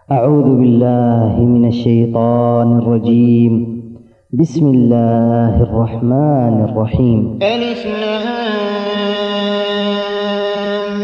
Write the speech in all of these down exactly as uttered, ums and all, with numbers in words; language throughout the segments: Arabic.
أعوذ بالله من الشيطان الرجيم. بسم الله الرحمن الرحيم. ألف لام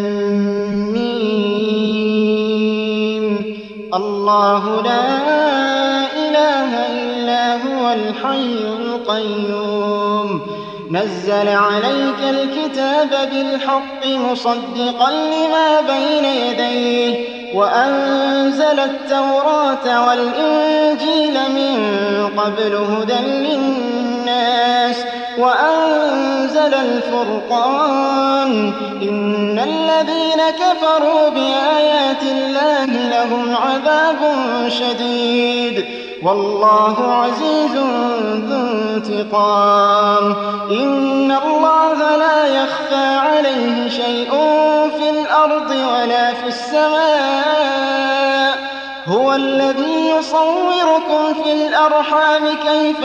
ميم. الله لا إله إلا هو الحي القيوم نزل عليك الكتاب بالحق مصدقا لما بين يديه وأنزل التوراة والإنجيل من قبل هدى للناس وأنزل الفرقان إن الذين كفروا بآيات الله لهم عذاب شديد والله عزيز ذو انتقام. إن الله لا يخفى عليه شيء في الأرض ولا في السماء هو الذي يصوركم في الأرحام كيف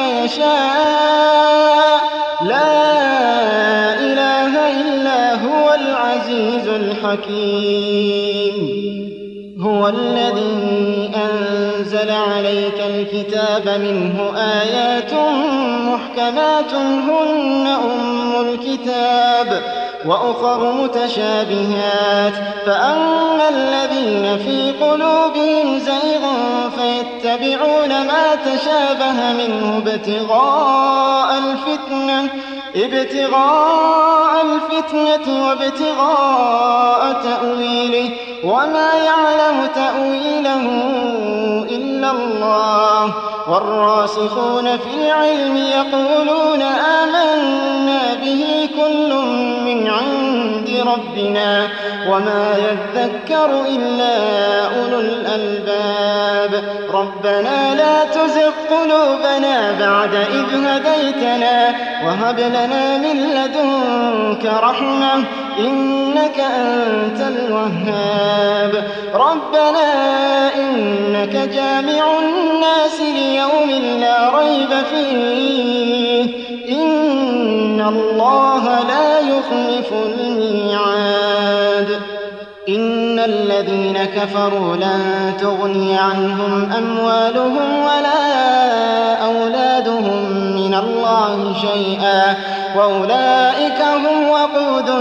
يشاء لا إله إلا هو العزيز الحكيم. هو الذي أنزل عليك الكتاب منه آيات محكمات هن أم الكتاب وأخر متشابهات فأما الذين في قلوبهم زيغ فيتبعون ما تشابه منه ابتغاء الفتنة ابتغاء الفتنة وابتغاء تأويله وما يعلم تأويله إلا الله والراسخون في العلم يقولون آمنا به كل من عند ربنا وما يذكر إلا أولو الألباب. ربنا لا تزغ قلوبنا بعد إذ هديتنا وهب لنا من لدنك رحمة إنك أنت الوهاب. ربنا إنك جامع الناس ليوم لا ريب فيه إن الله لا يخلف الميعاد. إن الذين كفروا لن تغني عنهم أموالهم ولا أولادهم من الله شيئا وأولئك هم وقود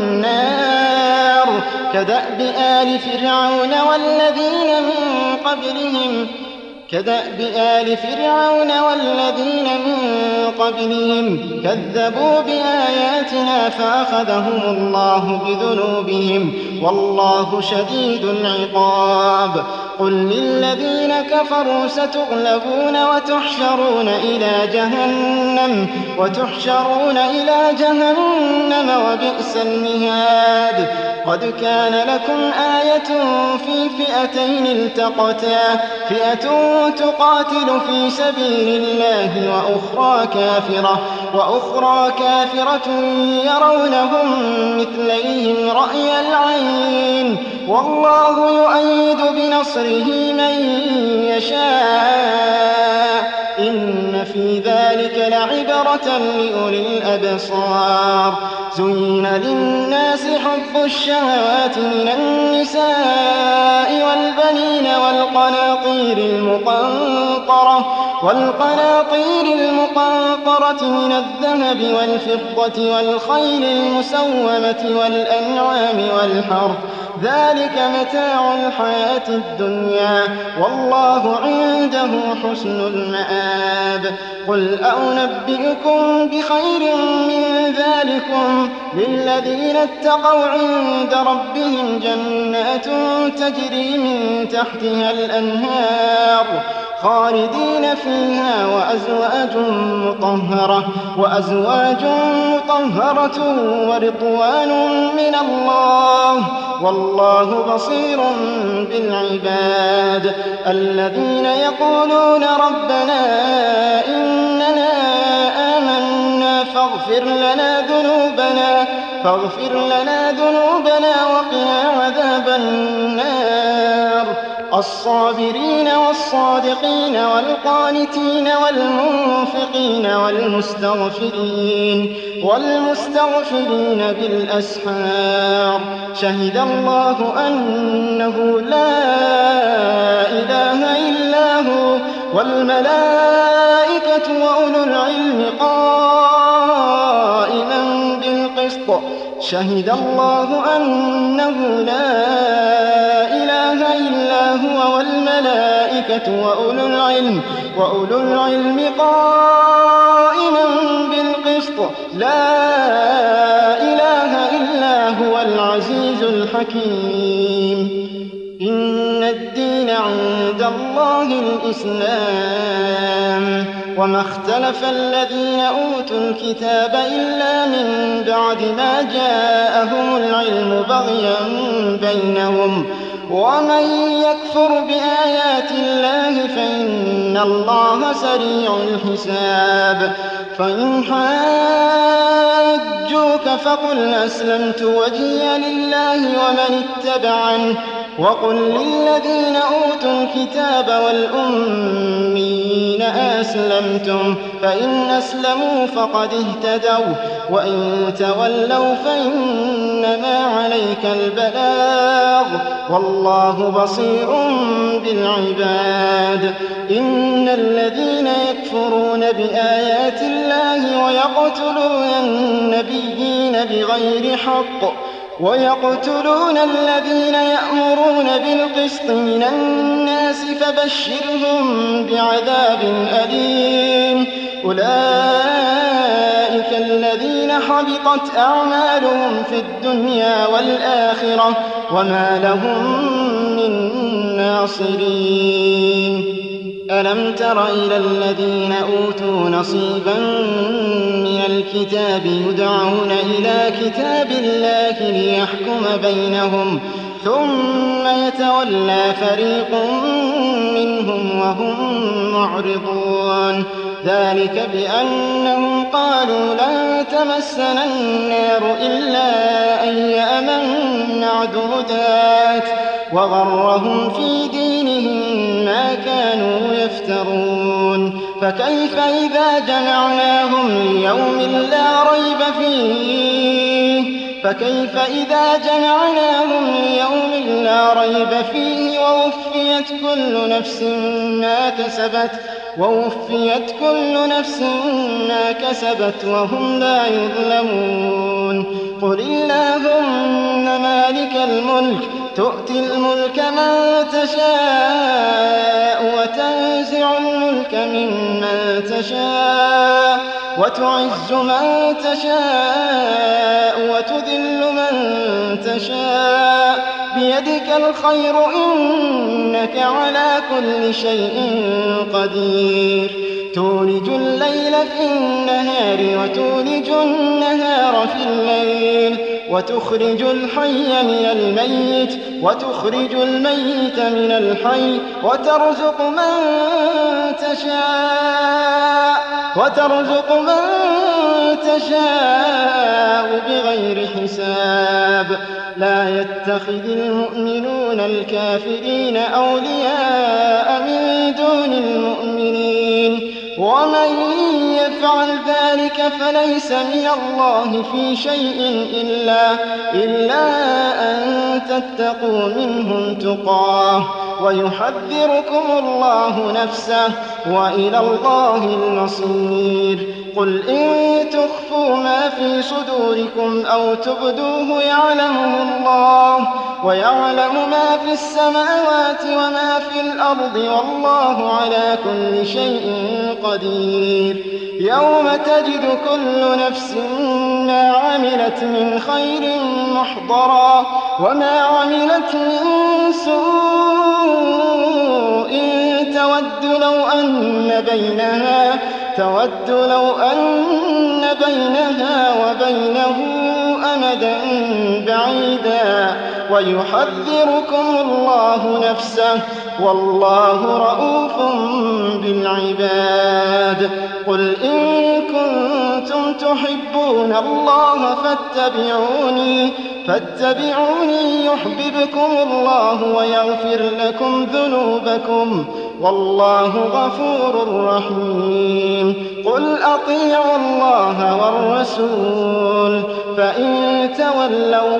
النار كدأب آل فرعون والذين من قبلهم كدأب آل فرعون والذين من قبلهم كذبوا بآياتنا فأخذهم الله بذنوبهم والله شديد العقاب. قل للذين كفروا ستغلبون وتحشرون إلى جهنم وتحشرون إلى جهنم وبئس المهاد. قد كان لكم آية في فئتين التقتا فئة تقاتل في سبيل الله وأخرى كافرة وأخرى كافرة يرونهم مثليهم رأي العين والله يؤيد بنصره من يشاء إن في ذلك لعبرة لأولي الأبصار. زين للناس حب الشهوات من النساء والبنين والقناطير المقنطرة والقناطير المقنطرة من الذهب والفضة والخيل المسومة والأنعام والحرث ذلك متاع الحياة الدنيا والله عنده حسن المآب. قل أنبئكم بخير من ذلكم للذين اتقوا عند ربهم جنات تجري من تحتها الأنهار خالدين فيها وأزواج مطهرة وأزواج مطهرة ورضوان من الله والله بصير بالعباد. الذين يقولون ربنا إننا آمنا فاغفر لنا ذنوبنا فاغفر لنا ذنوبنا وقنا عذاب النار. الصابرين والصادقين والقانتين والمنفقين والمستغفرين والمستغفرين بالأسحار. شهد الله أنه لا إله والملائكة وأولو العلم قائما بالقسط شهد الله أنه لا إله إلا هو والملائكة وأولو العلم وأولو العلم قائما بالقسط لا إله إلا هو العزيز الحكيم إن الدين عند الله الإسلام وما اختلف الذين أوتوا الكتاب إلا من بعد ما جاءهم العلم بغيا بينهم ومن يكفر بآيات الله فإن الله سريع الحساب فإن حاجوك فقل أسلمت وجهي لله ومن اتبعني وقل للذين أوتوا الكتاب والأمين أسلمتم فإن أسلموا فقد اهتدوا وإن تولوا فإنما عليك البلاغ والله بصير بالعباد إن الذين يكفرون بآيات الله ويقتلون النبيين بغير حق ويقتلون الذين يأمرون بالقسط من الناس فبشرهم بعذاب أليم أولئك الذين حبطت أعمالهم في الدنيا والآخرة وما لهم من ناصرين ألم تر إلى الذين أوتوا نصيبا من الكتاب يدعون إلى كتاب الله ليحكم بينهم ثم يتولى فريق منهم وهم معرضون ذلك بأنهم قالوا لن تمسنا النار إلا أياما معدودات وغرهم في دينهم ما كانوا يفترون فكيف إذا جمعناهم ليوم لا ريب فيه فكيف إذا جمعناهم ليوم لا ريب فيه ووفيت كل نفس ما كسبت ووفيت كل نفس ما كسبت وهم لا يظلمون قل اللهم مالك الملك تؤتي الملك من تشاء وتنزع الملك ممن تشاء وتعز من تشاء وتذل من تشاء بيدك الخير إنك على كل شيء قدير تولج الليل في النهار وتولج النهار في الليل وتخرج الحي من الميت وتخرج الميت من الحي وترزق من تشاء وترزق من تشاء بغير حساب لا يتخذ المؤمنون الكافرين أولياء من دون المؤمنين ومن يفعل ذلك فليس من الله في شيء إلا, إلا أن تتقوا منهم تقاه ويحذركم الله نفسه وإلى الله المصير قل إن تخفوا ما في صدوركم أو تبدوه يعلمه الله ويعلم ما في السماوات وما في الأرض والله على كل شيء قدير يوم تجد كل نفس ما عملت من خير محضرا وما عملت من سوء تود لو أن بينها تود لو أن بينها وبينه أمدا بعيدا ويحذركم الله نفسه والله رءوف بالعباد قل إن كنتم تحبون الله فاتبعوني فاتبعوني يحببكم الله ويغفر لكم ذنوبكم والله غفور رحيم قل أطيعوا الله والرسول فإن تولوا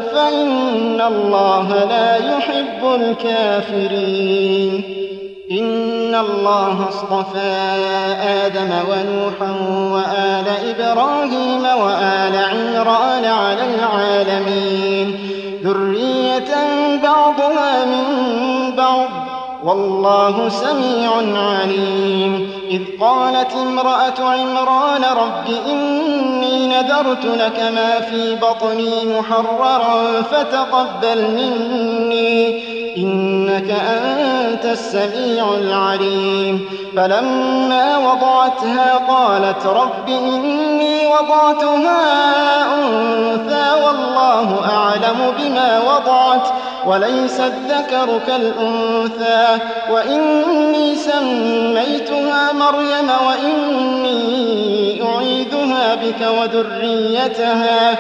فإن الله لا يحب الكافرين إن الله اصطفى آدم ونوحا وآل إبراهيم وآل عمران على العالمين ذرية بعضها من بعض والله سميع عليم. إذ قالت امرأة عمران رب إني نذرت لك ما في بطني محررا فتقبل مني إنك أنت السميع العليم. فلما وضعتها قالت رب إني وضعتها أنثى والله أعلم بما وضعت وليس الذكر كالأنثى وإني سميتها مريم وإني أعيذها بك وذريتها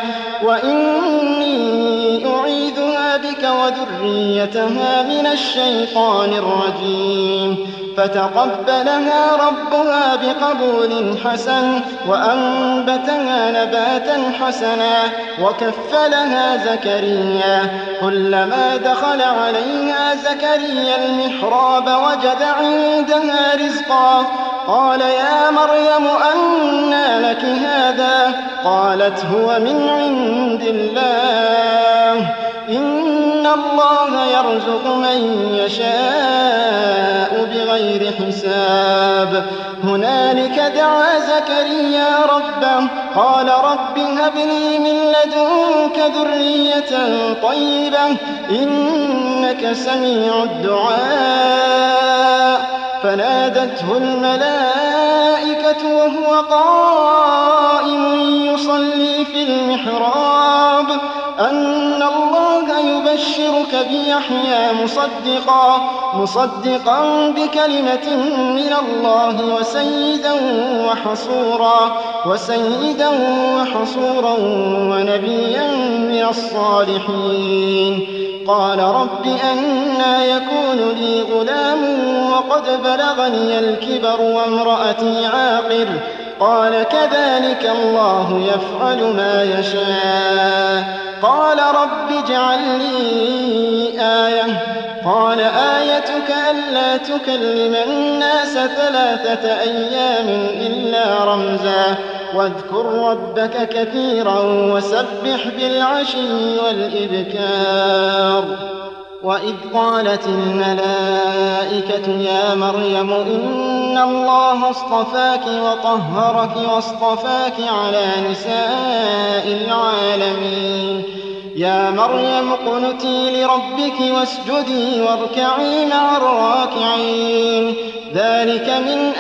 وإني أعيذها بك وذريتها من الشيطان الرجيم. فتقبلها ربها بقبول حسن وأنبتها نباتا حسنا وكفلها زكريا. كلما دخل عليها زكريا المحراب وجد عندها رزقا قال يا مريم أنى لك هذا قالت هو من عند الله إن الله يرزق من يشاء بغير حساب. هنالك دعا زكريا ربه قال رب هب لي من لدنك ذرية طيبة إنك سميع الدعاء. فنادته الملائكة وهو قائم يصلي في المحراب أن الله يبشرك بيحيى مصدقا مصدقا بكلمة من الله وسيدا وحصورا وسيدا وحصورا ونبيا من الصالحين. قال رب أنى يكون لي غلام وقد بلغني الكبر وامرأتي عاقر قال كذلك الله يفعل ما يشاء. قال رب اجعل لي آية قال آيتك ألا تكلم الناس ثلاثة أيام إلا رمزا واذكر ربك كثيرا وسبح بالعشي والإبكار. وإذ قالت الملائكة يا مريم إن الله اصطفاك وطهرك واصطفاك على نساء العالمين. يا مريم اقنتي لربك واسجدي واركعي مع الراكعين. ذلك من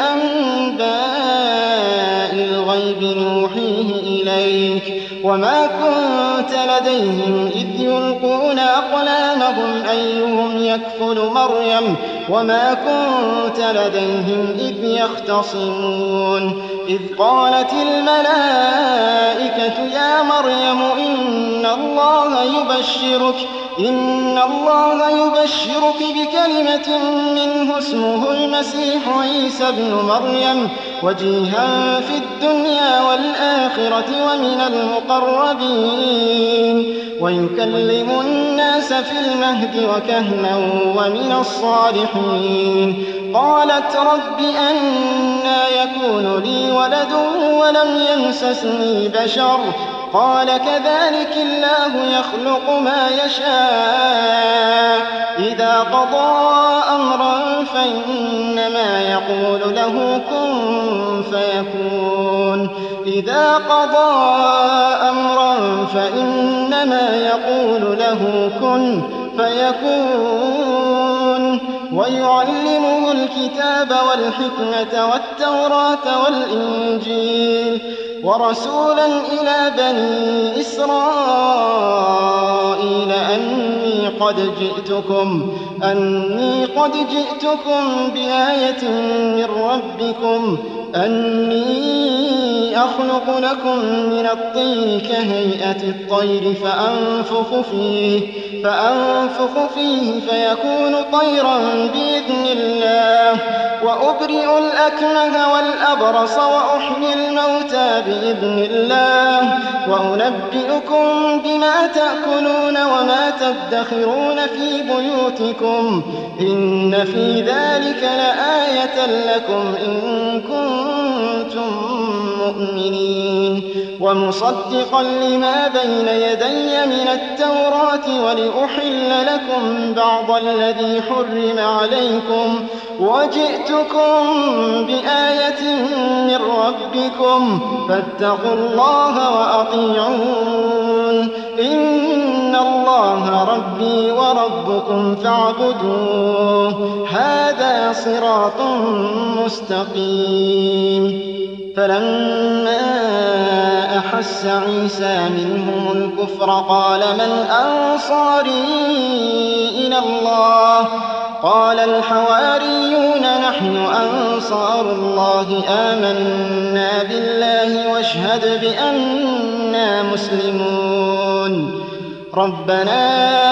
أنباء الغيب نوحيه إليك وما كنت لديهم إذ يلقون أقلامهم أيهم يكفل مريم وما كنت لديهم إذ يختصمون. إذ قالت الملائكة يا مريم إن الله يبشرك إن الله يبشرك بكلمة منه اسمه المسيح عيسى ابن مريم وجيها في الدنيا والآخرة ومن المقربين ويكلم الناس في المهد وكهلا ومن الصالحين. قالت رب أنى يكون لي ولد ولم يمسسني بشر قال كذلك الله يخلق ما يشاء إذا قضى أمرا فإنما يقول له كن فيكون إذا قضى أمرا فإنما يقول له كن فيكون. ويعلمه الكتاب والحكمة والتوراة والإنجيل ورسولا إلى بني إسرائيل أني قد جئتكم أني قد جئتكم بآية من ربكم أني أخلق لكم من الطين كهيئة الطير فأنفخ فيه فأنفخ فيه فيكون طيرا بإذن الله وأبرئ الأكمه والأبرص وأحيي الموتى بإذن الله وأنبئكم بما تأكلون وما تدخرون في بيوتكم إن في ذلك لآية آية لكم إن كنتم مؤمنين ومصدقا لما بين يدي من التوراة ولأحل لكم بعض الذي حرم عليكم وجئتكم بآية من ربكم فاتقوا الله وأطيعون إن الله ربي وربكم فاعبدوه هذا صراط مستقيم. فلما أحس عيسى منهم الكفر قال من أنصاري إلى الله قال الحواريون نحن أنصار الله آمنا بالله واشهد بأننا مسلمون ربنا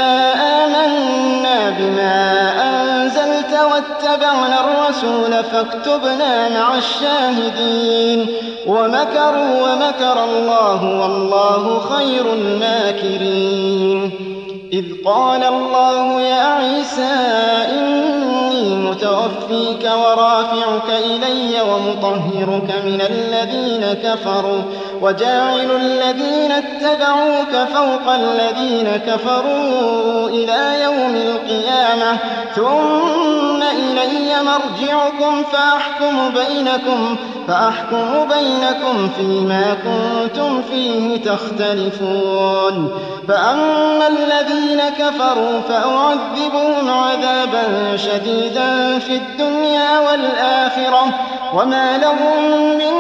آمنا بما أنزلت واتبعنا الرسول فاكتبنا مع الشاهدين ومكروا ومكر الله والله خير الماكرين. إذ قال الله يا عيسى إني متوفيك ورافعك إلي ومطهرك من الذين كفروا وجاعل الذين اتبعوك فوق الذين كفروا إلى يوم القيامة ثم إلي مرجعكم فأحكم بينكم فأحكم بينكم فيما كنتم فيه تختلفون. فأما الذين كفروا فأعذبهم عذابا شديدا في الدنيا والآخرة وما لهم من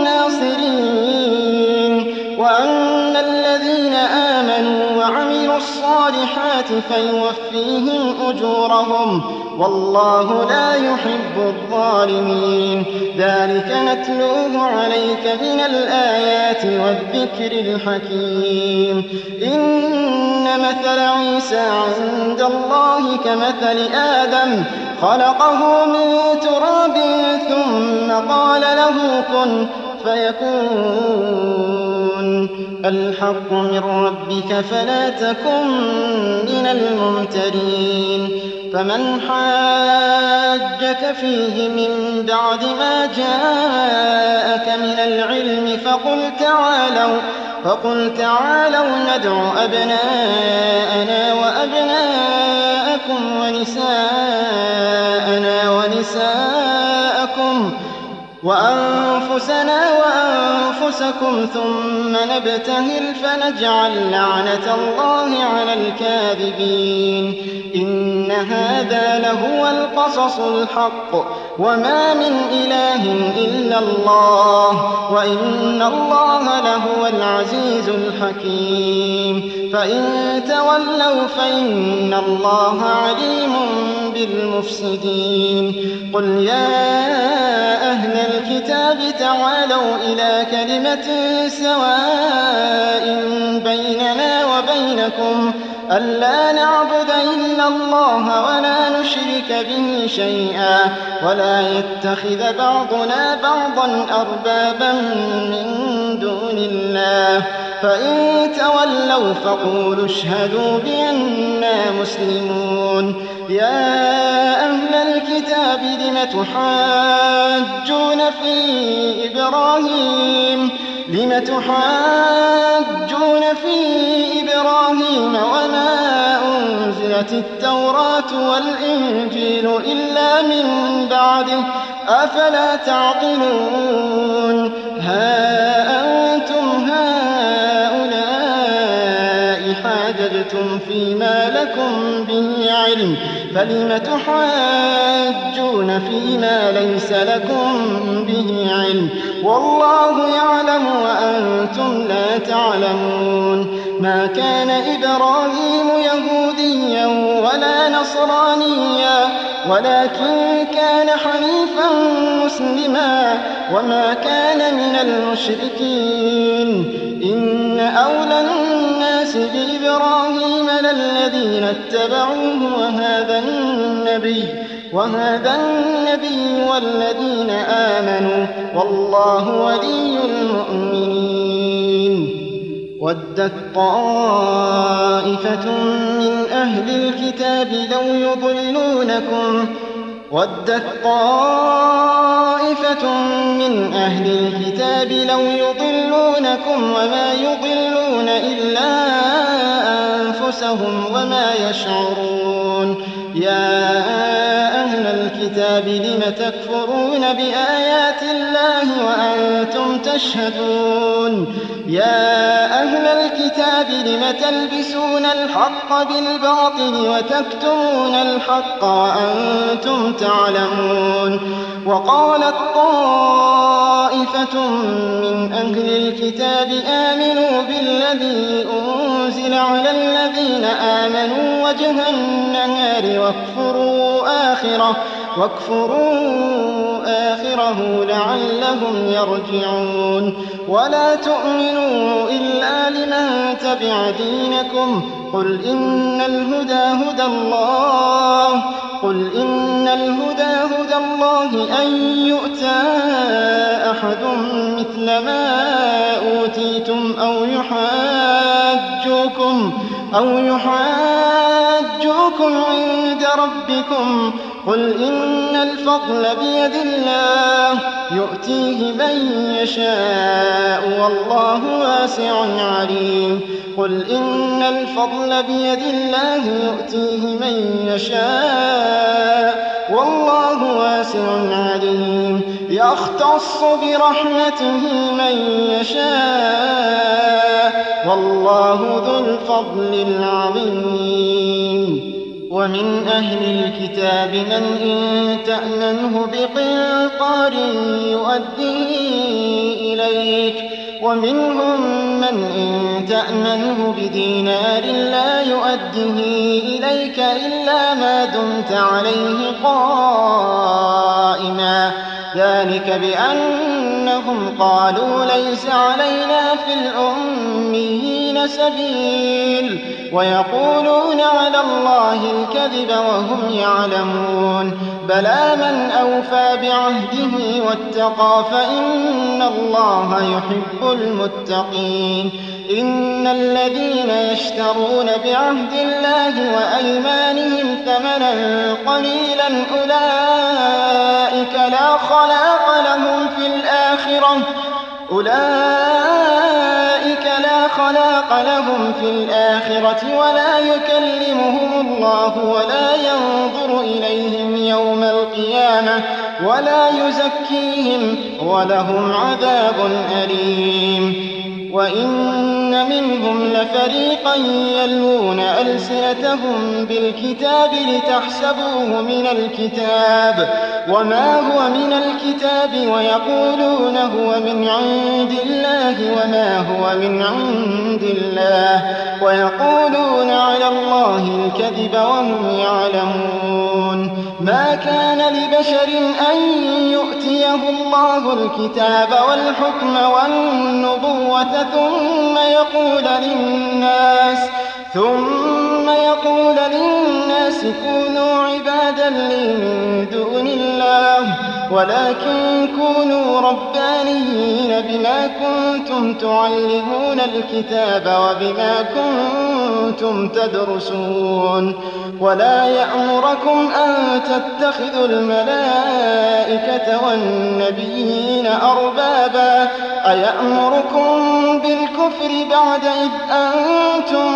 ناصرين. وأما الذين آمنوا وعملوا الصالحات فيوفيهم أجورهم والله لا يحب الظالمين. ذلك نتلوه عليك من الآيات والذكر الحكيم. إن مثل عيسى عند الله كمثل آدم خلقه من تراب ثم قال له كن فيكون. الحق من ربك فلا تكن من الممترين. فمن حاجك فيه من بعد ما جاءك من العلم فقل تعالوا فقل تعالوا ندع أبناءنا وأبناءكم ونساءنا ونساءكم وأنفسنا وأنفسكم ثم نبتهل فنجعل لعنة الله على الكاذبين. إن هذا لهو القصص الحق وما من إله إلا الله وإن الله لهو العزيز الحكيم. فإن تولوا فإن الله عليم بالمفسدين. قل يا أهل الكتاب تعالوا إلى كلمة سواء بيننا وبينكم ألا نعبد إلا الله ولا نشرك به شيئا ولا يتخذ بعضنا بعضا أربابا من دون الله. فإن تولوا فقولوا اشهدوا بأننا مسلمون. يا أهل الكتاب لم تحاجون في إبراهيم لم تحاجون في إبراهيم وما أنزلت التوراة والإنجيل إلا من بعده أفلا تعقلون. ها أنتم هؤلاء حاججتم فيما لكم به علم فلم تحاجون فيما ليس لكم به علم والله يعلم وأنتم لا تعلمون. ما كان إبراهيم يهوديا ولا نصرانيا ولكن كان حنيفا مسلما وما كان من المشركين. إن أولى الناس بإبراهيم للذين اتبعوه وهذا النبي وهذا النبي والذين آمنوا والله ولي المؤمنين. ودت طائفة من أهل الكتاب لو يضلونكم ودت طائفة من أهل الكتاب لو يضلونكم وما يضلون إلا أنفسهم وما يشعرون. يا أهل الكتاب لم تكفرون بآيات الله وأنتم تشهدون. يا أهل الكتاب لم تلبسون الحق بالباطل وتكتمون الحق وأنتم تعلمون. وقالت طائفة من أهل الكتاب آمنوا بالذي أنزل على الذين آمنوا وجه النهار واكفروا آخره واكفروا آخره لعلهم يرجعون. ولا تؤمنوا إلا لمن تبع دينكم. قل إن الهدى هدى الله قل إن الهدى هدى الله أن يؤتى أحد مثل ما أوتيتم أو يحاجوكم أو يحاجوكم عند ربكم. قل إن الفضل بيد الله يؤتيه من يشاء والله واسع عليم. قل إن الفضل بيد الله يؤتيه من يشاء والله واسع عليم. يختص برحمته من يشاء والله ذو الفضل العظيم. ومن أهل الكتاب من إن تأمنه بقنطار يؤديه إليك ومنهم من إن تأمنه بدينار لا يؤديه إليك إلا ما دمت عليه قائما. ذلك بأنهم قالوا ليس علينا في الأميين سبيل ويقولون على الله الكذب وهم يعلمون. بلى من أوفى بعهده واتقى فإن الله يحب المتقين. إن الذين يشترون بعهد الله وأيمانهم ثمنا قليلا أولئك لا خلاق لهم في الآخرة أولئك لا خلاق لهم في الآخرة ولا يكلمهم الله ولا ينظر إليهم يوم القيامة ولا يزكيهم ولهم عذاب أليم. وإن منهم لفريقا يلوون ألسنتهم بالكتاب لتحسبوه من الكتاب وما هو من الكتاب ويقولون هو من عند الله وما هو من عند الله ويقولون على الله الكذب وهم يعلمون. ما كان لبشر أن يؤتيه الله الكتاب والحكم والنبوة ثم يقول للناس ثم يقول للناس كونوا عبادا لي من دون الله ولكن كونوا ربانيين بما كنتم تعلمون الكتاب وبما كنتم تدرسون. ولا يأمركم أن تتخذوا الملائكة والنبيين أربابا أيأمركم بالكفر بعد إذ أنتم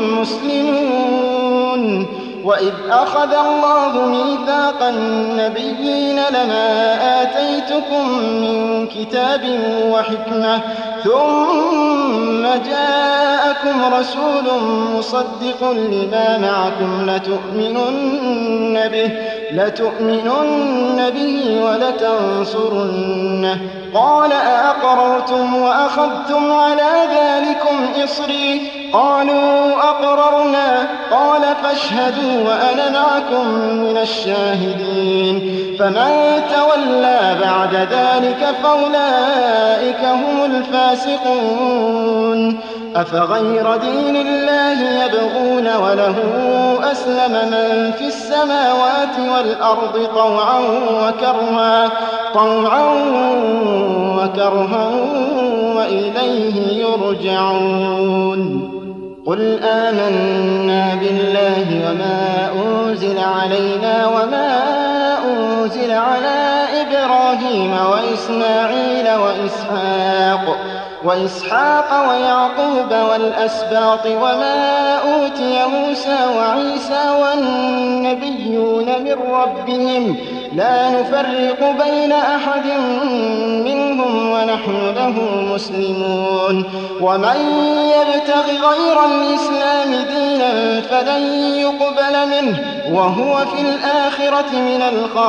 مسلمون. وإذ أخذ الله ميثاق النبيين لما آتيتكم من كتاب وحكمة ثم جاءكم رسول مصدق لما معكم لتؤمنن به لتؤمنن به ولتنصرنه. قال أأقررتم وأخذتم على ذلكم إصري قالوا أقررنا قال فاشهدوا وأنا معكم من الشاهدين. فمن تولى بعد ذلك فأولئك هم الفاسقون. أفغير دين الله يبغون وله أسلم من في السماوات والأرض طوعا وكرها طوعا وكرها وإليه يرجعون. قل آمنا بالله وما أنزل علينا وما أنزل أنزل على إبراهيم وإسماعيل وإسحاق وإسحاق ويعقوب والأسباط وما أوتي موسى وعيسى والنبيون من ربهم لا نفرق بين أحد منهم ونحن له مسلمون ومن يبتغ غير الإسلام دينا فلن يقبل منه وهو في الآخرة من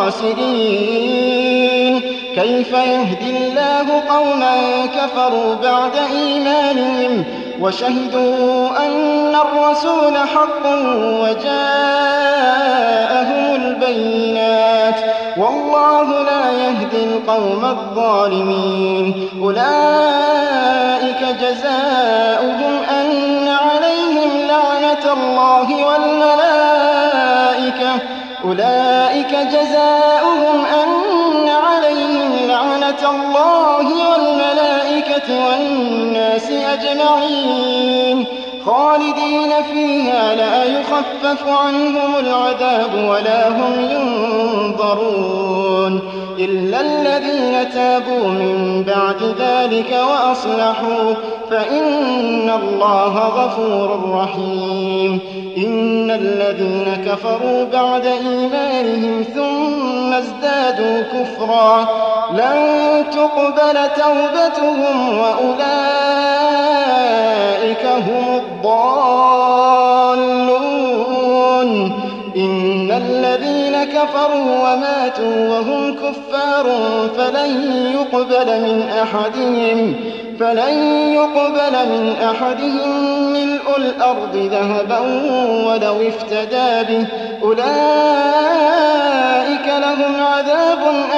الخاسرين كيف يهدي الله قوما كفروا بعد إيمانهم وشهدوا أن الرسول حق وجاءهم البينات والله لا يهدي القوم الظالمين أولئك جزاؤهم أن عليهم لعنة الله والملائكة أولئك جزاؤهم أن عليهم لعنة الله والملائكة والناس أجمعين خالدين فيها لا يخفف عنهم العذاب ولا هم ينظرون إلا الذين تابوا من بعد ذلك وأصلحوا فإن الله غفور رحيم إن الذين كفروا بعد إيمانهم ثم ازدادوا كفرا لن تقبل توبتهم وأولئك هم الضالون إن الذين كفروا وماتوا وهم كفار فلن يقبل من أحدهم فلن يقبل من أحدهم ملء الأرض ذهبا ولو افتدى به أولئك لهم عذاب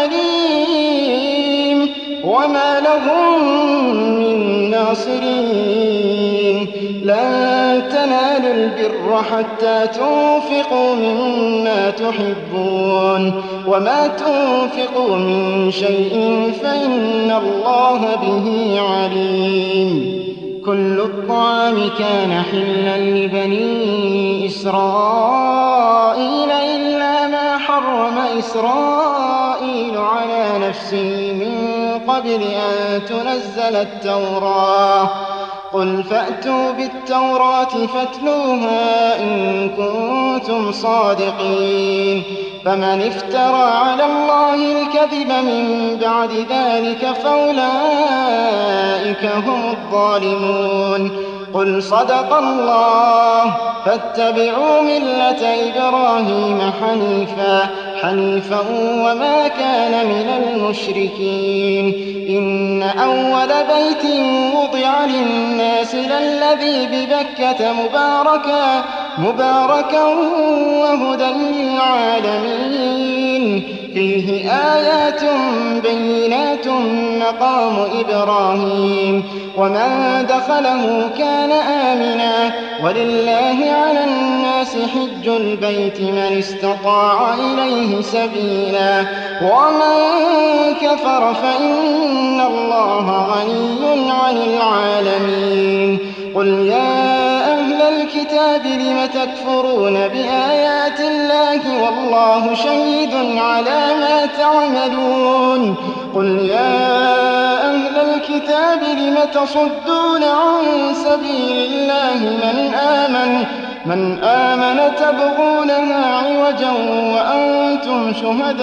أليم وما لهم من ناصرين لن تنالوا البر حتى تنفقوا مما تحبون وما تنفقوا من شيء فإن الله به عليم كل الطعام كان حلا لبني إسرائيل إلا ما حرم إسرائيل على نفسه من قبل أن تنزل التوراة قل فأتوا بالتوراة فاتلوها إن كنتم صادقين فمن افترى على الله الكذب من بعد ذلك فأولئك هم الظالمون قل صدق الله فاتبعوا ملة إبراهيم حنيفا حنيفا وما كان من المشركين إن أول بيت وضع للناس للذي ببكة مباركا مباركا وهدى للعالمين فيه آيات بينات مقام إبراهيم ومن دخله كان آمنا ولله على الناس حج البيت من استطاع إليه سبيلا ومن كفر فإن الله غني عن العالمين قل يا أهل الكتاب لم تكفرون بآيات الله والله شهيد على ما تعملون قل يا أهل الكتاب لم تصدون عن سبيل الله من آمن من آمن تبغونها عوجا وأنتم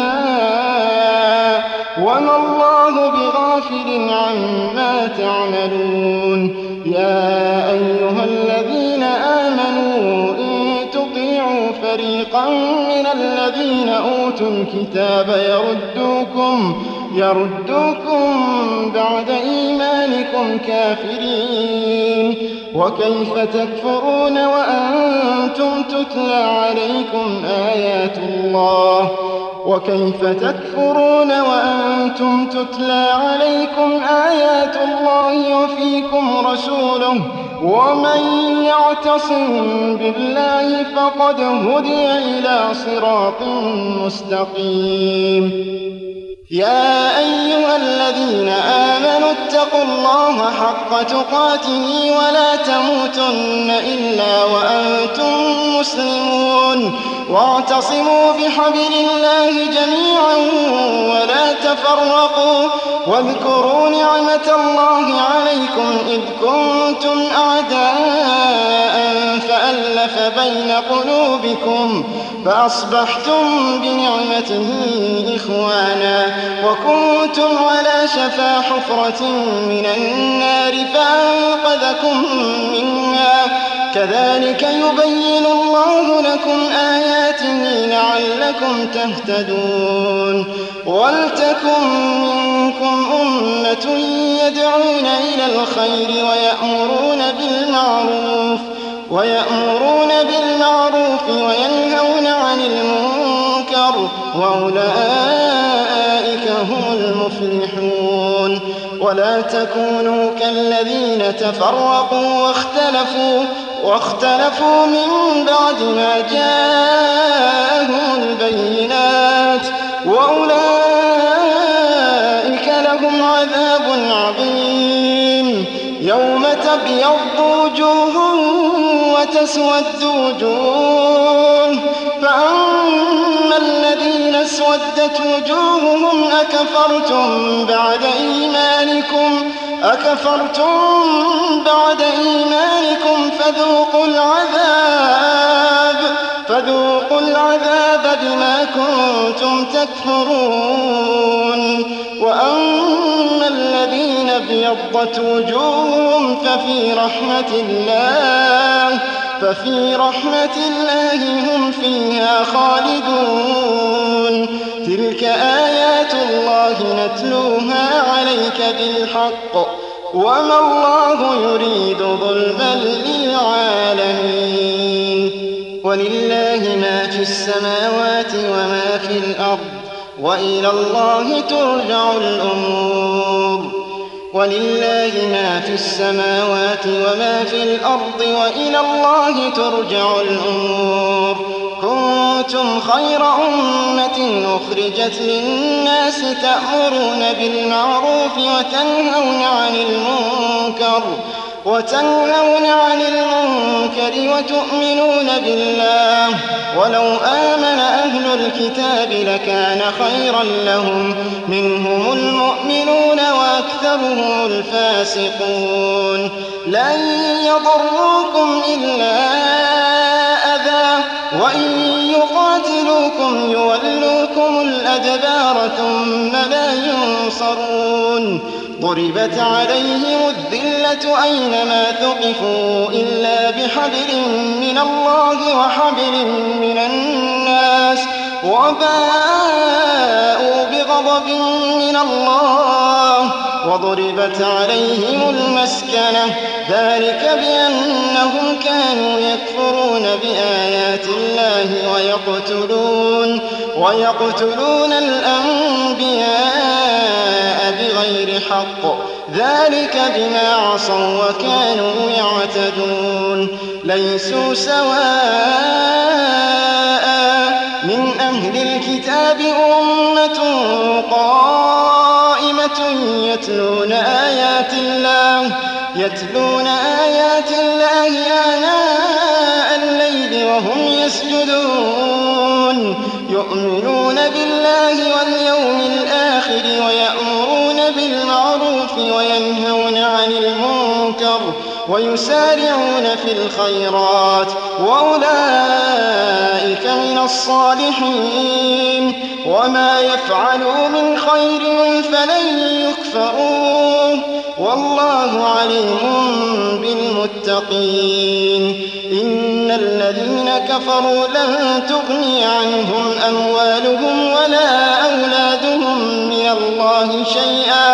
شهداء وما الله بغافل عما تعملون يا أيها الذين آمنوا إن تطيعوا فريقا من الذين أوتوا الكتاب يردوكم يردوكم بعد إيمانكم كافرين وكيف تكفرون وأنتم تتلى عليكم آيات الله وكيف تكفرون وأنتم تتلى عليكم آيات الله وفيكم رسوله ومن يعتصم بالله فقد هدي إلى صراط مستقيم يا أيها الذين آمنوا فاتقوا الله حق تقاته ولا تموتن إلا وأنتم مسلمون واعتصموا بحبل الله جميعا ولا تفرقوا واذكروا نعمة الله عليكم إذ كنتم أعداء فألف بين قلوبكم فأصبحتم بنعمته إخوانا وكنتم على شفا حفرة من النار فأنقذكم منها كذلك يبين الله لكم آياته لعلكم تهتدون ولتكن منكم أمة يدعون إلى الخير ويأمرون بالمعروف ويأمرون بالمعروف وينهون عن المنكر وأولئك هم المفلحون ولا تكونوا كالذين تفرقوا واختلفوا واختلفوا من بعد ما جاءهم البينات وأولئك لهم عذاب عظيم يوم تبيض وجوه وتسود وجوه فأما الذين اسودت وجوههم أكفرتم بعد إيمانكم أكفرتم بعد إيمانكم فذوقوا العذاب فذوقوا العذاب بما كنتم تكفرون وأما الذين ابيضت وجوههم ففي رحمة الله ففي رحمة الله هم فيها خالدون تلك آيات الله نتلوها عليك بالحق وما الله يريد ظلما للعالمين ولله ما في السماوات وما في الأرض وإلى الله ترجع الأمور ولله ما في السماوات وما في الأرض وإلى الله ترجع الأمور كنتم خير أمة أخرجت للناس تأمرون بالمعروف وتنهون عن المنكر وتنهون عن المنكر وتؤمنون بالله ولو آمن أهل الكتاب لكان خيرا لهم منهم المؤمنون وأكثرهم الفاسقون لن يضروكم إلا أذى وإن يقاتلوكم يولوكم الأدبار ثم لا ينصرون ضربت عليهم الذلة أينما ثقفوا إلا بحبل من الله وحبل من الناس وباءوا بغضب من الله وضربت عليهم المسكنة ذلك بأنهم كانوا يكفرون بآيات الله ويقتلون ويقتلون الأنبياء بغير حق ذلك بما عصوا وكانوا يعتدون ليسوا سواء من أهل الكتاب أمة قائمة يتلون آيات الله يتلون آيات الله آناء الليل وهم يسجدون يؤمنون بالله واليوم الآخر ويأمرون بالمعروف وينهون عن المنكر ويسارعون في الخيرات وأولئك من الصالحين وما يفعلوا من خير فلن يكفروه والله عليم بالمتقين إن الذين كفروا لن تغني عنهم أموالهم ولا أولادهم من الله شيئا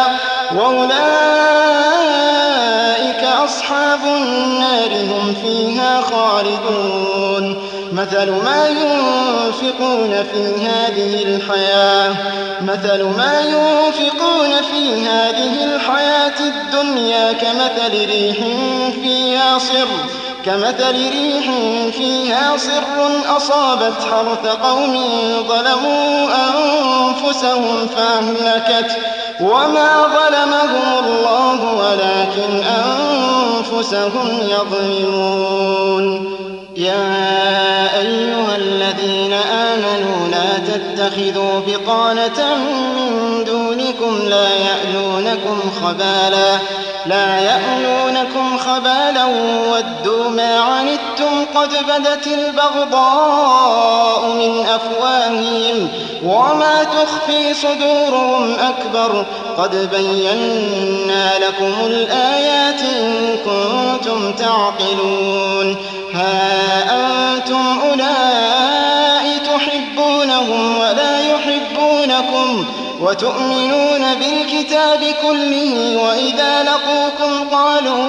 وأولئك أصحاب النار هم فيها خالدون مثل ما ينفقون في هذه الحياة مثل ما ينفقون في هذه الحياة الدنيا كمثل ريح فيها صر كمثل ريح فيها صر أصابت حرث قوم ظلموا أنفسهم فأهلكت وما ظلمهم الله ولكن أنفسهم يظلمون. يا أيها الذين آمنوا لا تتخذوا بطانة من دونكم لا يألونكم خبالا لا يألونكم خبالا ودوا ما عنتم قد بدت البغضاء من أفواههم وما تخفي صدورهم أكبر قد بينا لكم الآيات إن كنتم تعقلون. ها أنتم أولئك تحبونهم ولا يحبونكم وتؤمنون بالكتاب كله وإذا لقوكم قالوا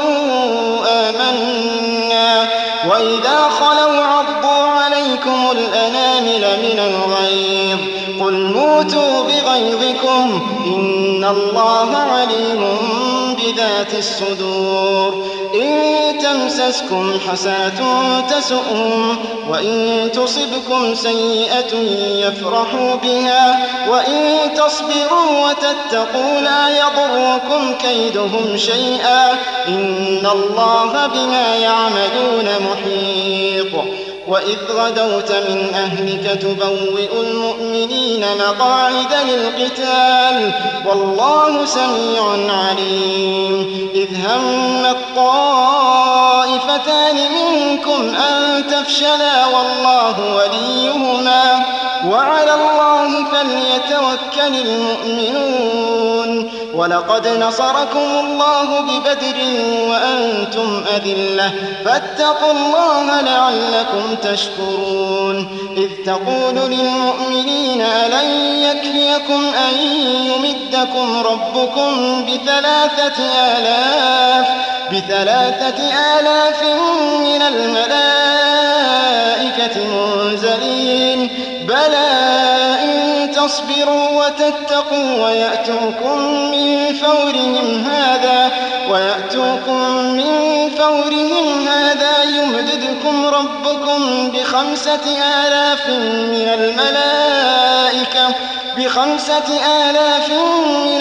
آمنا وإذا خلوا عضوا عليكم الأنامل من الغيظ قل موتوا بغيظكم إن الله عليم بذات الصدور. إن تمسسكم حسنة تسؤهم وإن تصبكم سيئة يفرحوا بها وإن تصبروا وتتقوا لا يضركم كيدهم شيئا إن الله بما يعملون محيط. وإذ غدوت من أهلك تبوئ المؤمنين مقاعد للقتال والله سميع عليم. إذ هم الطائفتان منكم أن تفشلا والله وليهما وعلى الله فليتوكل المؤمنون. ولقد نصركم الله ببدر وأنتم أذلة فاتقوا الله لعلكم تشكرون. إذ تقول للمؤمنين ألن يكفيكم أن يمدكم ربكم بثلاثة آلاف بثلاثة آلاف من الملائكة منزلين بلى إن تصبروا وتتقوا ويأتوكم من فورهم هذا ويأتوكم من فورهم هذا يمددكم ربكم بخمسة آلاف من الملائكة بخمسة آلاف من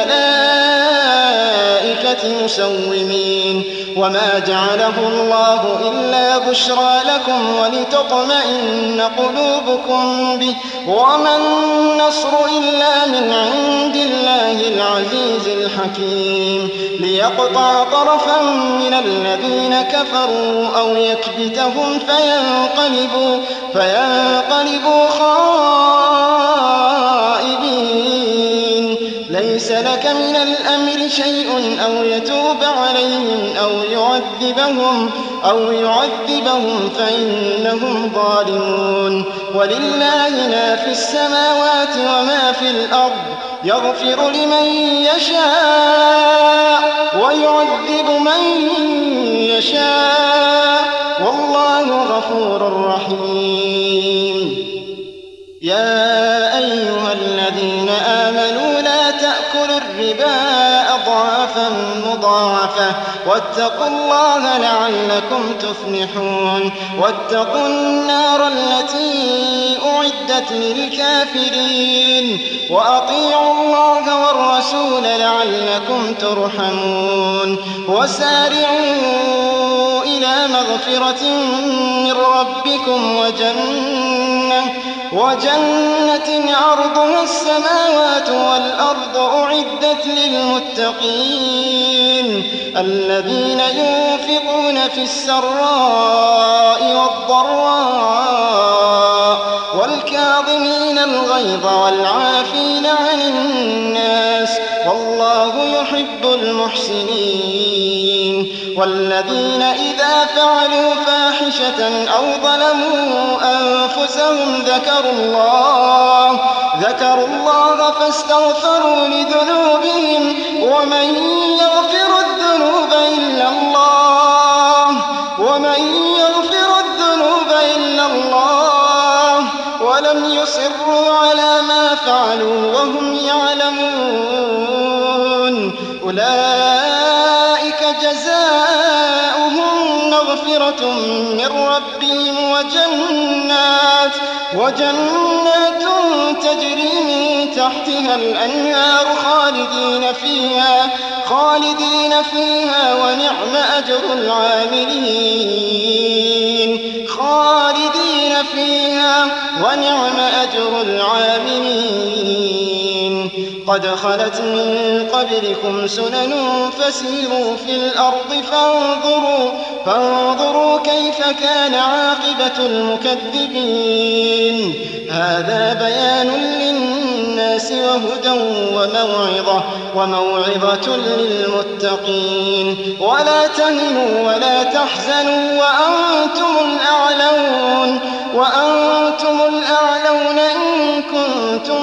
الملائكة مسومين. وما جعله الله إلا بشرى لكم ولتطمئن قلوبكم به وما النصر إلا من عند الله العزيز الحكيم. ليقطع طرفا من الذين كفروا أو يكبتهم فينقلبوا, فينقلبوا خائبين. ليس لك من الأمر شيء أو يتوب عليهم أو يعذبهم أو يعذبهم فإنهم ظالمون. ولله ما في السماوات وما في الأرض يغفر لمن يشاء ويعذب من يشاء والله غفور رحيم. يا أيها الذين آمنوا لا تأكلوا الربا أضعافا مضاعفة واتقوا الله لعلكم تفلحون. واتقوا النار التي أعدت للكافرين وأطيعوا الله والرسول لعلكم ترحمون. وسارعوا إلى مغفرة من ربكم وجنة وجنة عرضها السماوات والأرض أعدت للمتقين الذين ينفقون في السراء والضراء والكاظمين الغيظ والعافين عن الناس والله يحب المحسنين. والذين إذا فعلوا فاحشة أو ظلموا أنفسهم ذكروا الله ذكروا الله فاستغفروا لذنوبهم ومن يغفر الذنوب إلا الله ومن يغفر الذنوب إلا الله ولم يصروا على ما فعلوا وهم يعلمون. أولئك جزاؤهم مغفرة مغفرة من ربهم وجنات, وجنات تجري من تحتها الأنهار خالدين فيها, خالدين فيها ونعم أجر العاملين, خالدين فيها ونعم أجر العاملين. قد خلت من قبلكم سنن فسيروا في الأرض فانظروا, فانظروا كيف كان عاقبة المكذبين. هذا بيان للناس وهدى وموعظة, وموعظة للمتقين. ولا تهنوا ولا تحزنوا وأنتم الأعلون, وأنتم الأعلون إن كنتم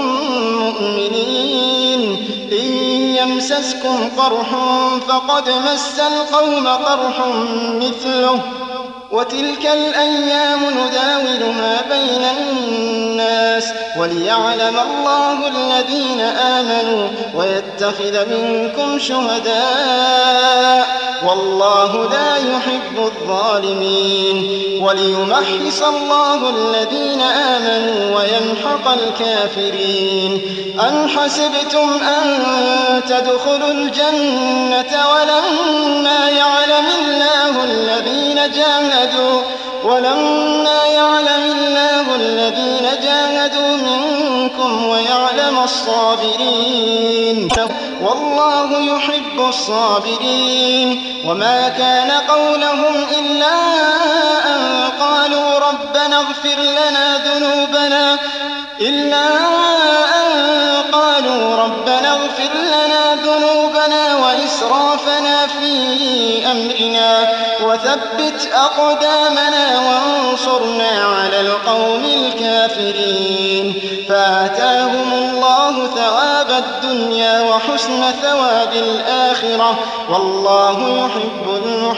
مؤمنين. إن يمسسكم قرح فقد مس القوم قرح مثله, وتلك الأيام نداولها بين الناس وليعلم الله الذين آمنوا ويتخذ منكم شهداء والله لا يحب الظالمين. وليمحص الله الذين آمنوا ويمحق الكافرين. أم حسبتم أن تدخلوا الجنة ولما يعلم الله الذين جاهدوا ولما يعلم الله الذين جاهدوا منكم ويعلم الصابرين والله يحب الصابرين. وما كان قولهم إلا أن قالوا ربنا اغفر لنا ذنوبنا إلا أن قالوا ربنا اغفر لنا ذنوبنا وإسرافنا في أمرنا وثبت أقدامنا وانصرنا على القوم الكافرين. فآتاهم الله ثواب الدنيا وحسن ثواب الآخرة والله يحب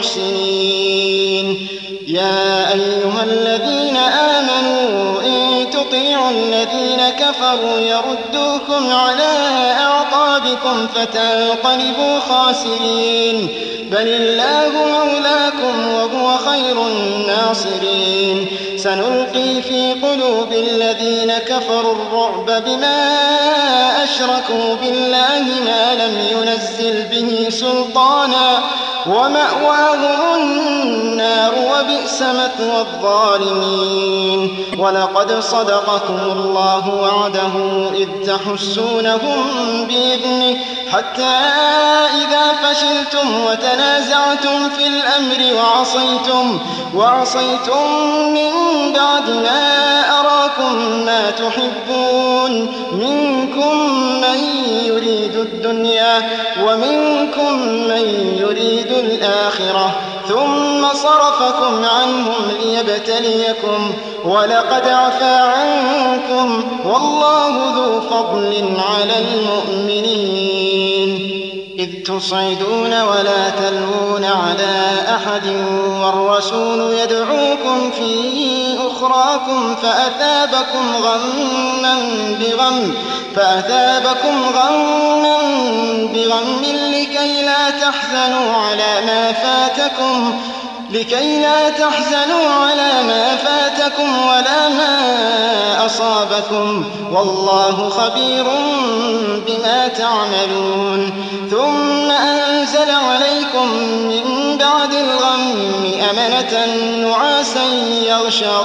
المحسنين. يا أيها الذين آمنوا إن تطيعوا الذين كفروا يردوكم على أعقابكم فتنقلبوا خاسرين. بل الله مولاكم وهو خير الناصرين. سنلقي في قلوب الذين كفروا الرعب بما أشركوا بالله ما لم ينزل به سلطانا ومأواهم النار وبئس مثوى الظالمين. ولقد صدقكم الله وعده إذ تحسونهم بإذنه حتى إذا فشلتم وتنازعتم في الأمر وعصيتم, وعصيتم من بعد ما أراكم ما تحبون منكم من يريد الدنيا ومنكم من يريد الآخرة ثم صرفكم عنهم ليبتليكم ولقد عفا عنكم والله ذو فضل على المؤمنين. إذ تصعدون ولا تلوون على أحد والرسول يدعوكم في أخراكم فأثابكم غما بغم فأثابكم غما بغم لكي لا تحزنوا على ما فاتكم لكي لا تحزنوا على ما فاتكم ولا ما أصابكم والله خبير بما تعملون. ثم أنزل عليكم من بعد الغم أمنة نعاسا يغشى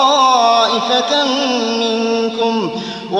طائفة منكم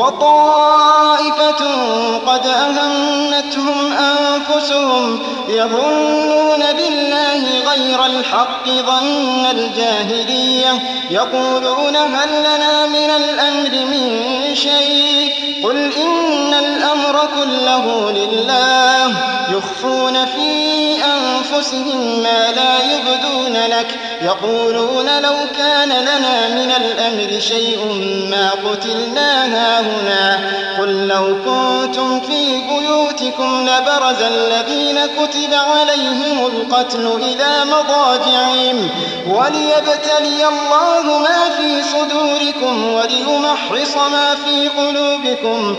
وطائفة قد أهمتهم أنفسهم يظنون بالله غير الحق ظن الجاهلية يقولون هل لنا من الأمر من شيء قل إن الأمر كله لله يخفون في أنفسهم ما لا يبدون لك يقولون لو كان لنا من الأمر شيء ما قتلنا هاهنا قل لو كنتم في بيوتكم لبرز الذين كتب عليهم القتل إلى مضاجعهم وليبتلي الله ما في صدوركم وليمحص ما في قلوبكم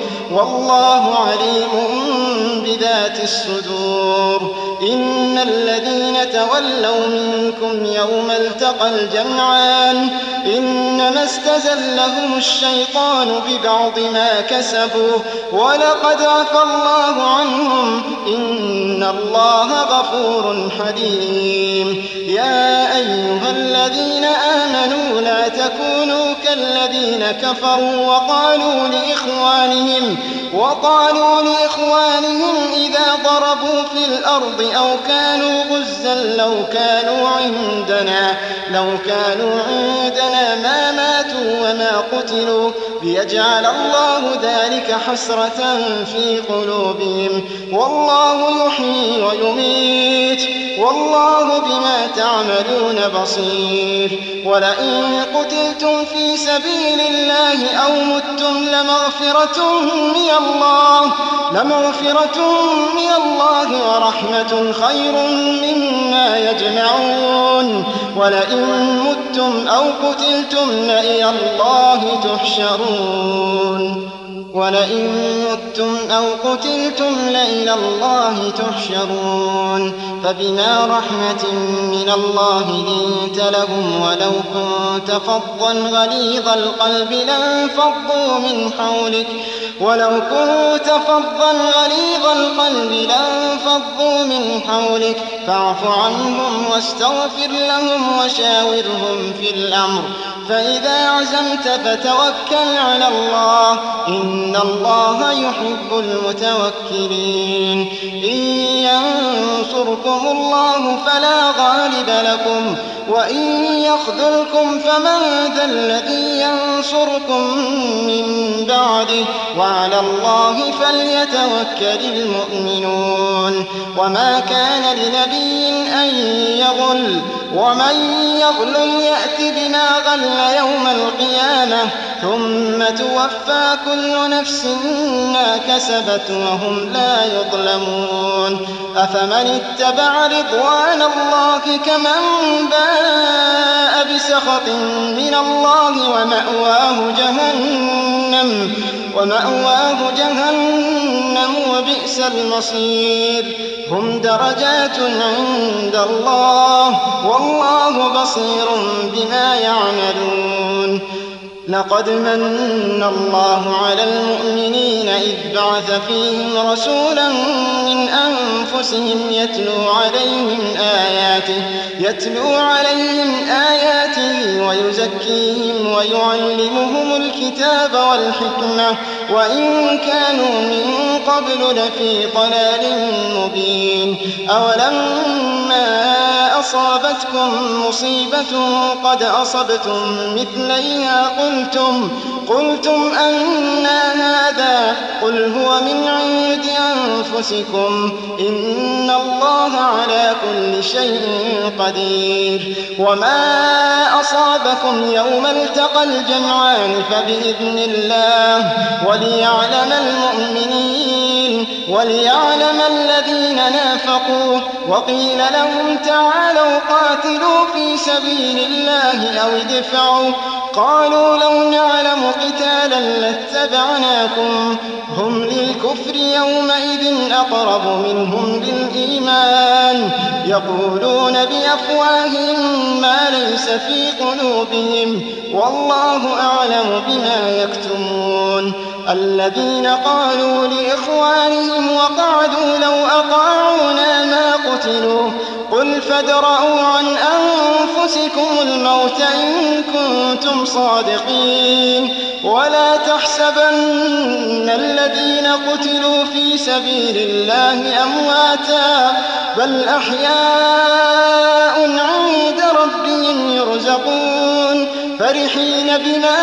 والله عليم بذات الصدور. إن الذين يتولوا منكم يوم التقى الجمعان إنما استزلهم الشيطان ببعض ما كسبوا ولقد عفى الله عنهم إن الله غفور حليم. يا أيها الذين آمنوا لا تكونوا كالذين كفروا وقالوا لإخوانهم وقالوا لإخوانهم إذا ضربوا في الأرض أو كانوا غزا لو كانوا عندنا لو كانوا عندنا ما ماتوا وما قتلوا ليجعل الله ذلك حسرة في قلوبهم والله يحيي ويميت والله بما تعملون بصير. ولئن قتلتم في سبيل الله أو متم لمغفرة من الله لمغفرة من الله ورحمة خير مما يجمعون. ولئن متم أو قتلتم لإلى الله تحشرون ولئن متم أو قتلتم لإلى الله تحشرون. فبما رحمة من الله لنت لهم ولو كنت فظا غليظ القلب لانفضوا من حولك ولو كنت فظا غليظ القلب لانفضوا من حولك فاعف عنهم واستغفر لهم وشاورهم في الأمر فإذا عزمت فتوكل على الله إن الله يحب المتوكلين. إن ينصركم الله فلا غالب لكم وإن يخذلكم فمن ذا الذي ينصركم من بعده وعلى الله فليتوكل المؤمنون. وما كان لنبي أن يغل ومن يغل يأت بما غل يوم القيامة ثم توفى كل نفس ما كسبت وهم لا يظلمون. أفمن اتبع رضوان الله كمن باء بسخط من الله ومأواه جهنم ومأواه جهنم وبئس المصير. هم درجات عند الله والله بصير بما يعملون. لقد من الله على المؤمنين إذ بعث فيهم رسولا من أنفسهم يتلو عليهم آياته يتلو عليهم آياته ويزكيهم ويعلمهم الكتاب والحكمة وإن كانوا من قبل لفي ضلال مبين. أولما أصابتكم مصيبة قد أصبتم مثليها قلتم قلتم أنى هذا قل هو من عند أنفسكم إن الله على كل شيء قدير. وما أصابكم يوم التقى الجمعان فبإذن الله وليعلم المؤمنين وليعلم الذين نافقوا. وقيل لهم تعالوا قاتلوا في سبيل الله أو ادفعوا قالوا لو نعلم قتالا لاتبعناكم هم للكفر يومئذ أقرب منهم للإيمان يقولون بأفواههم ما ليس في قلوبهم والله أعلم بما يكتمون. الذين قالوا لإخوانهم وقعدوا لو أطاعونا ما قتلوا قل فادرءوا عن أنفسكم الموت إن كنتم صادقين. ولا تحسبن الذين قتلوا في سبيل الله أمواتا بل أحياء عند ربهم يرزقون فرحين بما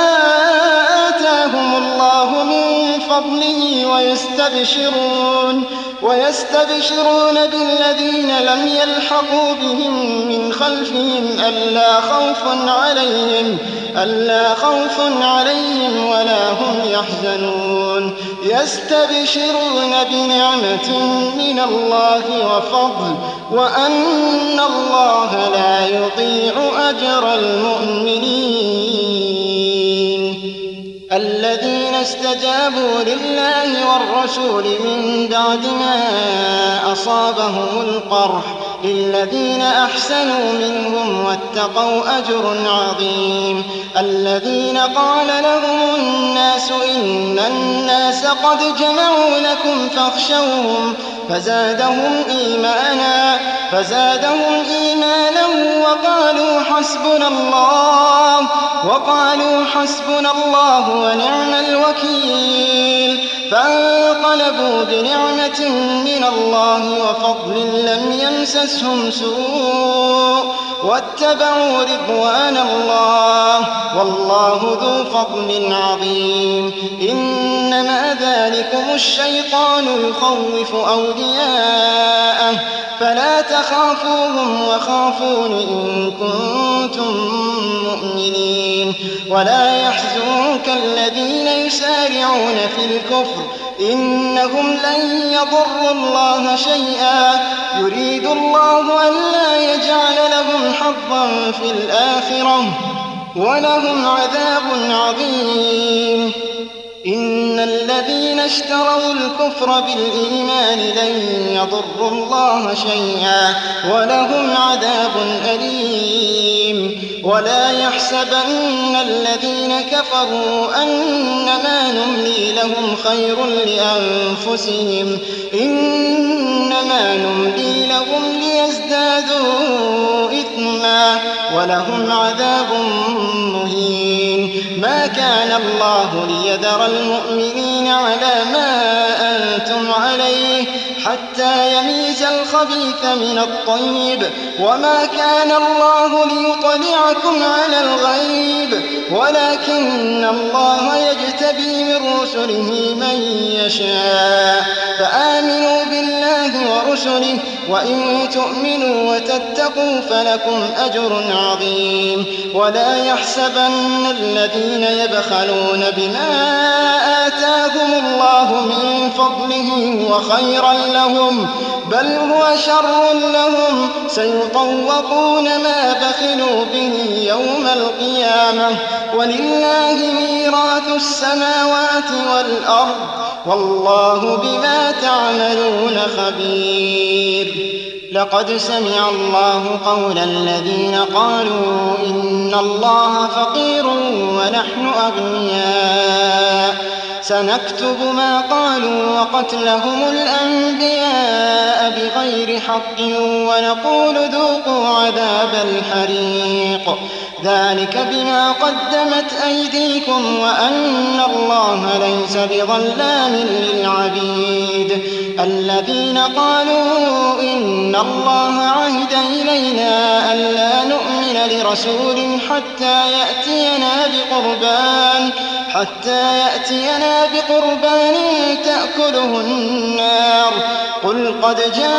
آتاهم الله من فضله ويستبشرون ويستبشرون بالذين لم يلحقوا بهم من خلفهم ألا خوف عليهم ألا خوف عليهم ولا هم يحزنون. يستبشرون بنعمة من الله وفضل وأن الله لا يضيع أجر المؤمنين. الذين استجابوا لله والرسول من بعد ما أصابهم القرح للذين أحسنوا منهم واتقوا أجر عظيم. الذين قال لهم الناس إن الناس قد جمعوا لكم فاخشوهم فزادهم إيمانا فزادهم إيمانا وقالوا حسبنا الله وقالوا حسبنا الله ونعم الوكيل. فانقلبوا بنعمة من الله وفضل لم يمسسهم سوء واتبعوا رضوان الله والله ذو فضل عظيم. إنما ذلكم الشيطان يخوف أولياءه فلا تخافوهم وخافون إن كنتم مؤمنين. ولا يحزنك الذين يسارعون في الكفر إنهم لن يضروا الله شيئا يريد الله ألا يجعل لهم حظا في الآخرة ولهم عذاب عظيم. إن الذين اشتروا الكفر بالإيمان لن يضروا الله شيئا ولهم عذاب أليم. ولا يحسبن الذين كفروا أنما نملي لهم خير لأنفسهم إنما نملي لهم ليزدادوا إثما ولهم عذاب مهين. ما كان الله ليذر المؤمنين على ما أنتم عليه حتى يميز الخبيث من الطيب وما كان الله ليطلعكم على الغيب ولكن الله يجتبي من رسله من يشاء. فآمنوا بالله ورسله وإن تؤمنوا وتتقوا فلكم أجر عظيم. ولا يحسبن الذين يبخلون بما آتاهم الله من فضله وخيرا لهم بل هو شر لهم سيطوقون ما بخلوا به يوم القيامة ولله ميراث السماوات والأرض والله بما تعملون خبير. لقد سمع الله قول الذين قالوا إن الله فقير ونحن أغنياء سنكتب ما قالوا وقتلهم الأنبياء بغير حق ونقول ذوقوا عذاب الحريق ذلك بما قدمت أيديكم وأن الله ليس بظلام للعبيد. الذين قالوا إن الله عهد إلينا ألا نؤمن لرسول حتى يأتينا بقربان حتى يأتينا بقربان تأكله النار قل قد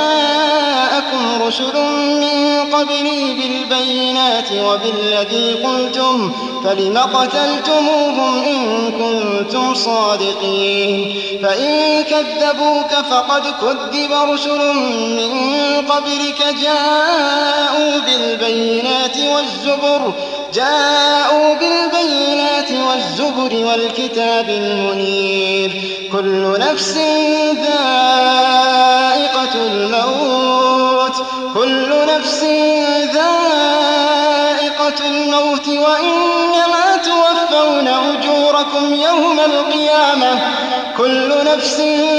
جاءكم رسل من قبلي بالبينات وبالذي قلتم فلم قتلتموهم إن كنتم صادقين. فإن كذبوك فقد كذب رسل من قبلك جاءوا بالبينات والزبر جاءوا بالبينات والزبر والكتاب المنير. كل نفس ذائقة الموت كل نفس ذائقة الموت وإنما توفون أجوركم يوم القيامة كل نفس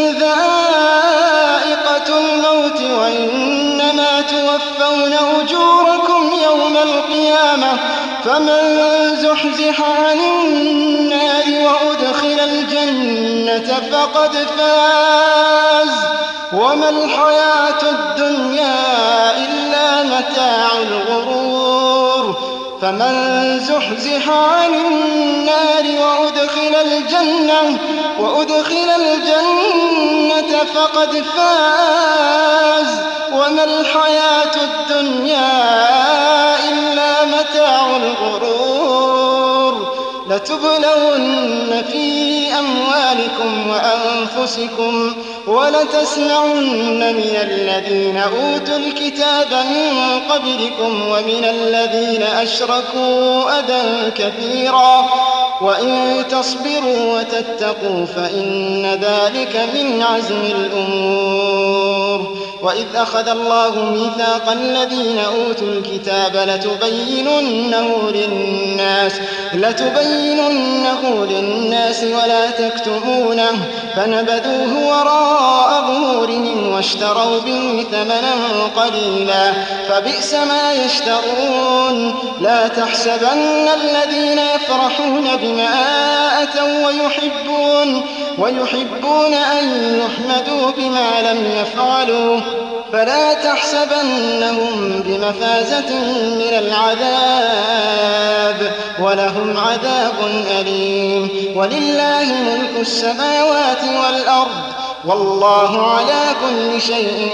ذائقة الموت وإنما توفون أجوركم يوم القيامة فمن زحزح عن النار وأدخل الجنة فقد فاز وما الحياة الدنيا إلا متاع الغرور. فمن زحزح عن النار وأدخل الجنة وأدخل الجنة فقد فاز وما الحياة الدنيا إلا متاع الغرور. لتبلون في أموالكم وأنفسكم ولتسمعن من الذين أوتوا الكتاب من قبلكم ومن الذين أشركوا أذى كثيرا وإن تصبروا وتتقوا فإن ذلك من عزم الأمور. وإذ أخذ الله ميثاق الذين أوتوا الكتاب لتبيننه للناس لتبيننه للناس ولا تكتمونه فنبذوه وراء ظهورهم واشتروا به ثمنا قليلا فبئس ما يشترون لا تحسبن الذين يفرحون بما أتوا ويحبون ويحبون أن يحمدوا بما لم يفعلوا فلا تحسبنهم بمفازة من العذاب ولهم عذاب أليم ولله ملك السماوات والأرض والله على كل شيء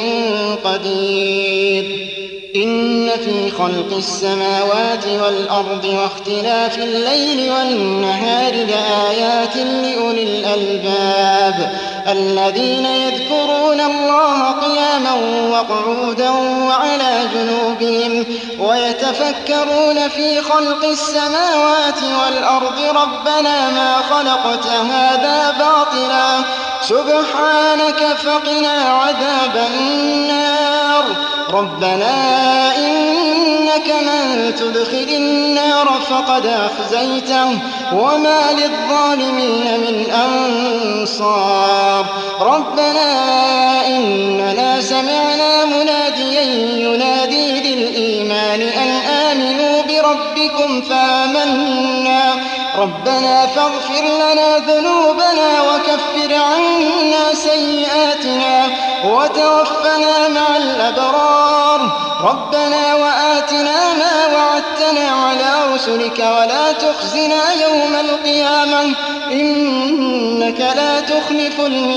قدير إن في خلق السماوات والأرض واختلاف الليل والنهار لآيات لأولي الألباب الذين يذكرون الله قياما وقعودا وعلى جنوبهم ويتفكرون في خلق السماوات والأرض ربنا ما خلقت هذا باطلا سبحانك فقنا عذاب النار ربنا إنك من تدخل النار فقد أخزيته وما للظالمين من أنصار ربنا إننا سمعنا مناديا ينادي للإيمان أن آمنوا بربكم فآمنا ربنا فاغفر لنا ذنوبنا وكفر عنا سيئاتنا وتوفنا مع الأبرار ربنا وآتنا ما وعدتنا على رسلك ولا تخزنا يوم القيامة إنك لا تخلف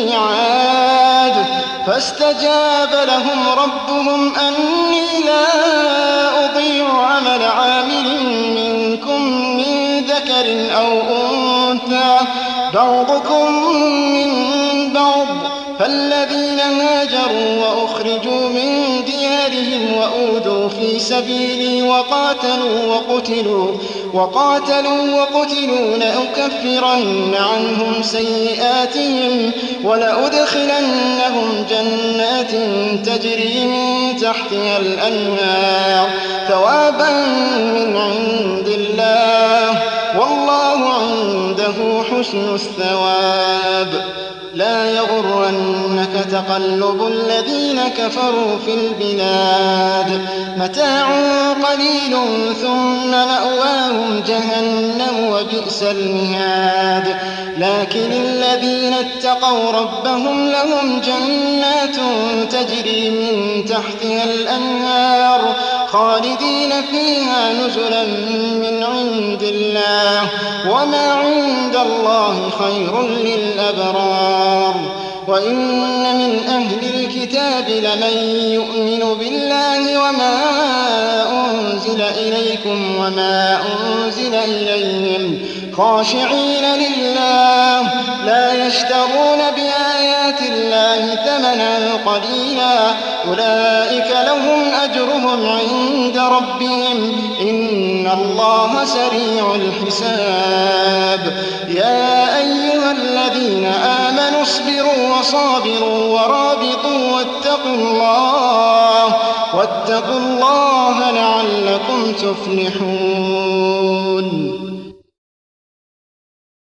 الميعاد فاستجاب لهم ربهم أني لا أضيع عمل عامل منكم من ذكر أو أنثى بعضكم من بعض فالذين هاجروا وأخرجوا من ديارهم وأوذوا في سبيلي وقاتلوا وقتلوا وقاتلوا وقتلوا لأكفرن عنهم سيئاتهم ولأدخلنهم جنات تجري من تحتها الأنهار ثوابا من عند الله والله عنده حسن الثواب لا يغرنك تقلب الذين كفروا في البلاد متاع قليل ثم مأواهم جهنم وبئس المهاد لكن الذين اتقوا ربهم لهم جنات تجري من تحتها الأنهار خالدين فيها نزلا من عند الله وما عند الله خير للأبرار وإن من أهل الكتاب لمن يؤمن بالله وما أنزل إليكم وما أنزل إليهم خاشعين لله لا يشترون بآيات الله ثمنا قليلا أولئك لهم أجرهم عند ربهم إن الله سريع الحساب يا أيها الذين آمنوا اصبروا وصابروا ورابطوا واتقوا الله واتقوا الله لعلكم تفلحون